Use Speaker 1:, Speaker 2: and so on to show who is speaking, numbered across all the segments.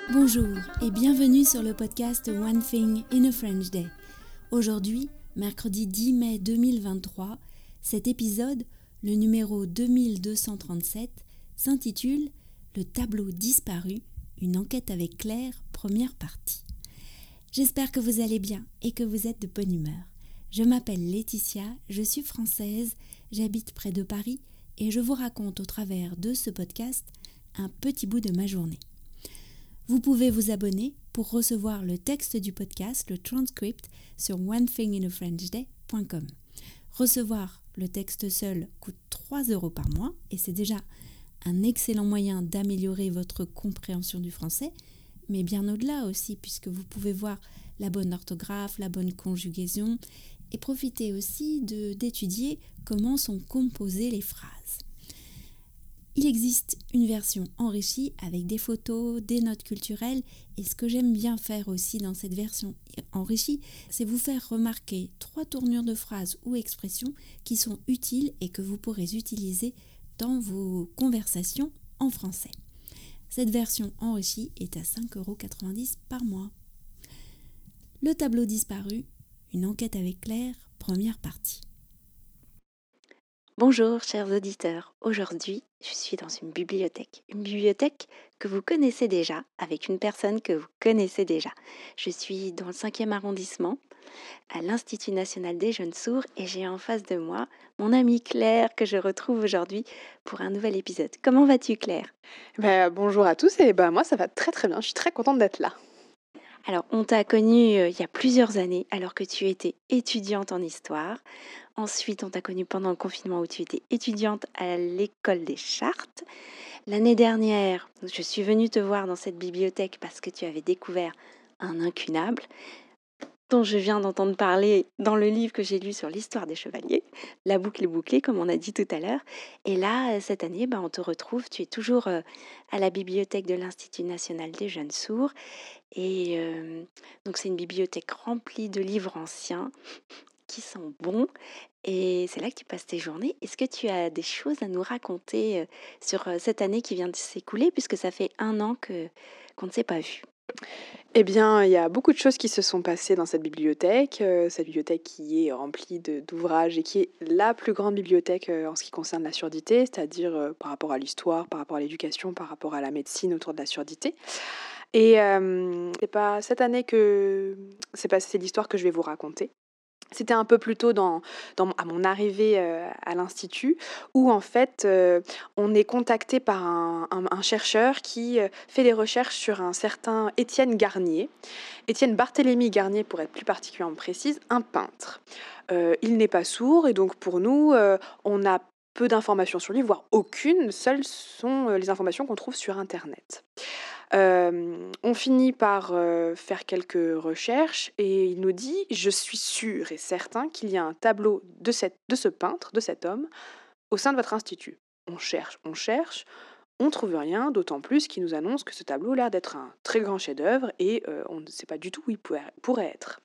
Speaker 1: Bonjour et bienvenue sur le podcast One Thing in a French Day. Aujourd'hui, mercredi 10 mai 2023, cet épisode, le numéro 2237, s'intitule « Le tableau disparu, une enquête avec Claire, première partie ». J'espère que vous allez bien et que vous êtes de bonne humeur. Je m'appelle Laetitia, je suis française, j'habite près de Paris et je vous raconte au travers de ce podcast un petit bout de ma journée. Vous pouvez vous abonner pour recevoir le texte du podcast, le transcript, sur onethinginafrenchday.com. Recevoir le texte seul coûte 3 € par mois et c'est déjà un excellent moyen d'améliorer votre compréhension du français, mais bien au-delà aussi puisque vous pouvez voir la bonne orthographe, la bonne conjugaison et profiter aussi d'étudier comment sont composées les phrases. Il existe une version enrichie avec des photos, des notes culturelles et ce que j'aime bien faire aussi dans cette version enrichie, c'est vous faire remarquer 3 tournures de phrases ou expressions qui sont utiles et que vous pourrez utiliser dans vos conversations en français. Cette version enrichie est à 5,90 € par mois. Le tableau disparu, une enquête avec Claire, première partie.
Speaker 2: Bonjour chers auditeurs, aujourd'hui je suis dans une bibliothèque que vous connaissez déjà, avec une personne que vous connaissez déjà. Je suis dans le 5e arrondissement, à l'Institut national des jeunes sourds et j'ai en face de moi mon amie Claire que je retrouve aujourd'hui pour un nouvel épisode. Comment vas-tu Claire ?
Speaker 3: Bonjour à tous et moi ça va très très bien, je suis très contente d'être là.
Speaker 2: Alors on t'a connue il y a plusieurs années alors que tu étais étudiante en histoire. Ensuite, on t'a connue pendant le confinement où tu étais étudiante à l'école des Chartes. L'année dernière, je suis venue te voir dans cette bibliothèque parce que tu avais découvert un incunable dont je viens d'entendre parler dans le livre que j'ai lu sur l'histoire des chevaliers, La boucle est bouclée, comme on a dit tout à l'heure. Et là, cette année, on te retrouve, tu es toujours à la bibliothèque de l'Institut national des jeunes sourds. Et donc, c'est une bibliothèque remplie de livres anciens qui sont bons. Et c'est là que tu passes tes journées. Est-ce que tu as des choses à nous raconter sur cette année qui vient de s'écouler, puisque ça fait 1 an qu'on ne s'est pas vu?
Speaker 3: Eh bien, il y a beaucoup de choses qui se sont passées dans cette bibliothèque qui est remplie d'ouvrages et qui est la plus grande bibliothèque en ce qui concerne la surdité, c'est-à-dire par rapport à l'histoire, par rapport à l'éducation, par rapport à la médecine autour de la surdité. Et c'est pas cette année que c'est passé l'histoire que je vais vous raconter. C'était un peu plus tôt à mon arrivée à l'Institut, où en fait, on est contacté par un chercheur qui fait des recherches sur un certain Étienne Garnier, Étienne Barthélemy Garnier pour être plus particulièrement précise, un peintre. Il n'est pas sourd et donc pour nous, on a peu d'informations sur lui, voire aucune, seules sont les informations qu'on trouve sur internet. On finit par faire quelques recherches et il nous dit: «Je suis sûr et certain qu'il y a un tableau de ce peintre, de cet homme, au sein de votre institut». On trouve rien, d'autant plus qu'il nous annonce que ce tableau a l'air d'être un très grand chef-d'œuvre et on ne sait pas du tout où il pourrait être.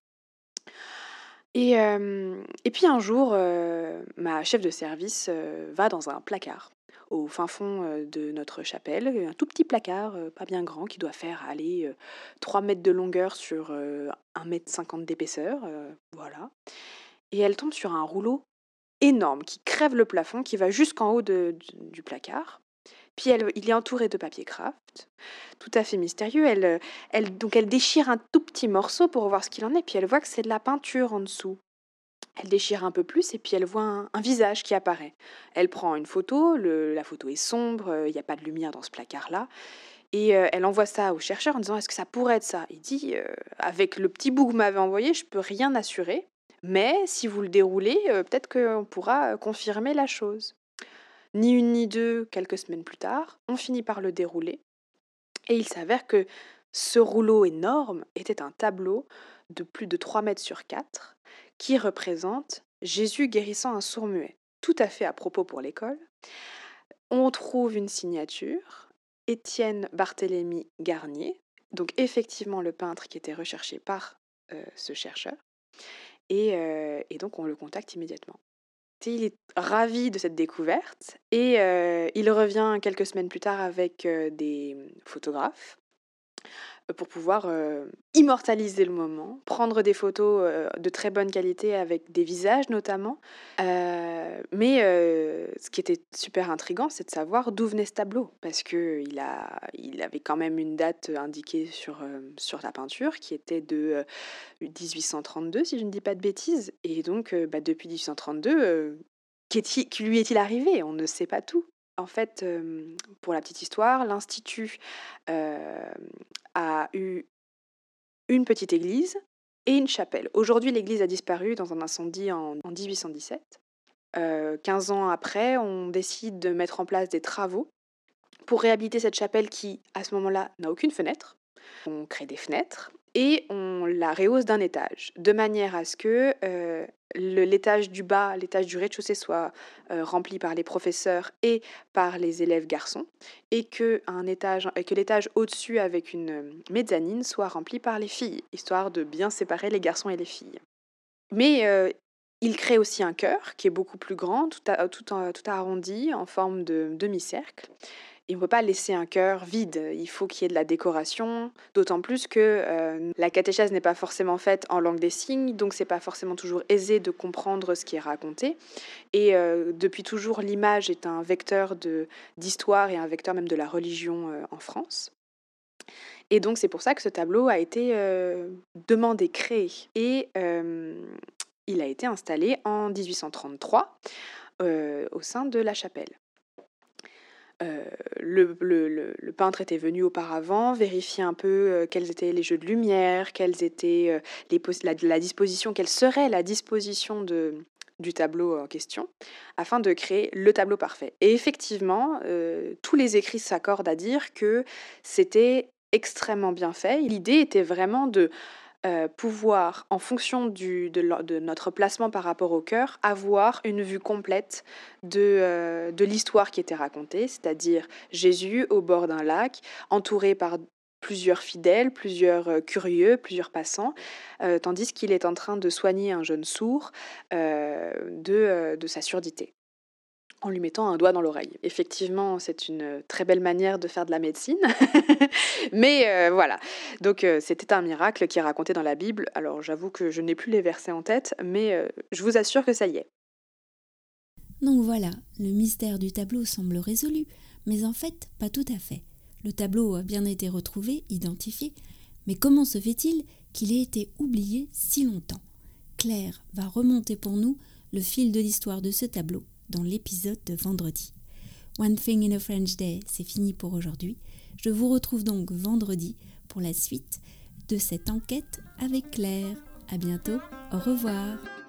Speaker 3: Et puis un jour, ma chef de service, va dans un placard au fin fond, de notre chapelle, un tout petit placard, pas bien grand qui doit faire, allez, 3 mètres de longueur sur, 1,50 m d'épaisseur, voilà. Et elle tombe sur un rouleau énorme qui crève le plafond, qui va jusqu'en haut du placard. Puis il est entouré de papier craft, tout à fait mystérieux. Elle déchire un tout petit morceau pour voir ce qu'il en est, puis elle voit que c'est de la peinture en dessous. Elle déchire un peu plus et puis elle voit un visage qui apparaît. Elle prend une photo, la photo est sombre, il n'y a pas de lumière dans ce placard-là. Et elle envoie ça au chercheur en disant: «Est-ce que ça pourrait être ça ?» Il dit: «Avec le petit bout que vous m'avez envoyé, je peux rien assurer, mais si vous le déroulez, peut-être qu'on pourra confirmer la chose». Ni une ni deux, quelques semaines plus tard, on finit par le dérouler et il s'avère que ce rouleau énorme était un tableau de plus de 3 mètres sur 4 qui représente Jésus guérissant un sourd-muet. Tout à fait à propos pour l'école. On trouve une signature, Étienne Barthélemy Garnier, donc effectivement le peintre qui était recherché par ce chercheur, et donc on le contacte immédiatement. Il est ravi de cette découverte et il revient quelques semaines plus tard avec des photographes pour pouvoir immortaliser le moment, prendre des photos de très bonne qualité avec des visages notamment. Mais ce qui était super intriguant, c'est de savoir d'où venait ce tableau, parce qu'il avait quand même une date indiquée sur la peinture qui était de 1832, si je ne dis pas de bêtises. Et donc, depuis 1832, qui lui est-il arrivé? On ne sait pas tout. En fait, pour la petite histoire, l'Institut a eu une petite église et une chapelle. Aujourd'hui, l'église a disparu dans un incendie en 1817. 15 ans après, on décide de mettre en place des travaux pour réhabiliter cette chapelle qui, à ce moment-là, n'a aucune fenêtre. On crée des fenêtres et on la rehausse d'un étage, de manière à ce que l'étage du bas, l'étage du rez-de-chaussée soit rempli par les professeurs et par les élèves garçons, et que l'étage au-dessus avec une mezzanine soit rempli par les filles, histoire de bien séparer les garçons et les filles. Mais il crée aussi un chœur qui est beaucoup plus grand, tout arrondi en forme de demi-cercle. Et on ne peut pas laisser un chœur vide, il faut qu'il y ait de la décoration, d'autant plus que la catéchèse n'est pas forcément faite en langue des signes, donc c'est pas forcément toujours aisé de comprendre ce qui est raconté. Et depuis toujours, l'image est un vecteur d'histoire et un vecteur même de la religion en France. Et donc c'est pour ça que ce tableau a été demandé, créé, et il a été installé en 1833 au sein de la chapelle. Le peintre était venu auparavant vérifier un peu quels étaient les jeux de lumière, quelles étaient la disposition, quelle serait la disposition du tableau en question, afin de créer le tableau parfait. Et effectivement, tous les écrits s'accordent à dire que c'était extrêmement bien fait. L'idée était vraiment de pouvoir, en fonction de notre placement par rapport au chœur, avoir une vue complète de l'histoire qui était racontée, c'est-à-dire Jésus au bord d'un lac, entouré par plusieurs fidèles, plusieurs curieux, plusieurs passants, tandis qu'il est en train de soigner un jeune sourd de sa surdité, en lui mettant un doigt dans l'oreille. Effectivement, c'est une très belle manière de faire de la médecine. Mais voilà. Donc c'était un miracle qui est raconté dans la Bible. Alors j'avoue que je n'ai plus les versets en tête, mais je vous assure que ça y est.
Speaker 1: Donc voilà, le mystère du tableau semble résolu, mais en fait, pas tout à fait. Le tableau a bien été retrouvé, identifié, mais comment se fait-il qu'il ait été oublié si longtemps? Claire va remonter pour nous le fil de l'histoire de ce tableau dans l'épisode de vendredi. One Thing in a French Day, c'est fini pour aujourd'hui. Je vous retrouve donc vendredi pour la suite de cette enquête avec Claire. À bientôt, au revoir.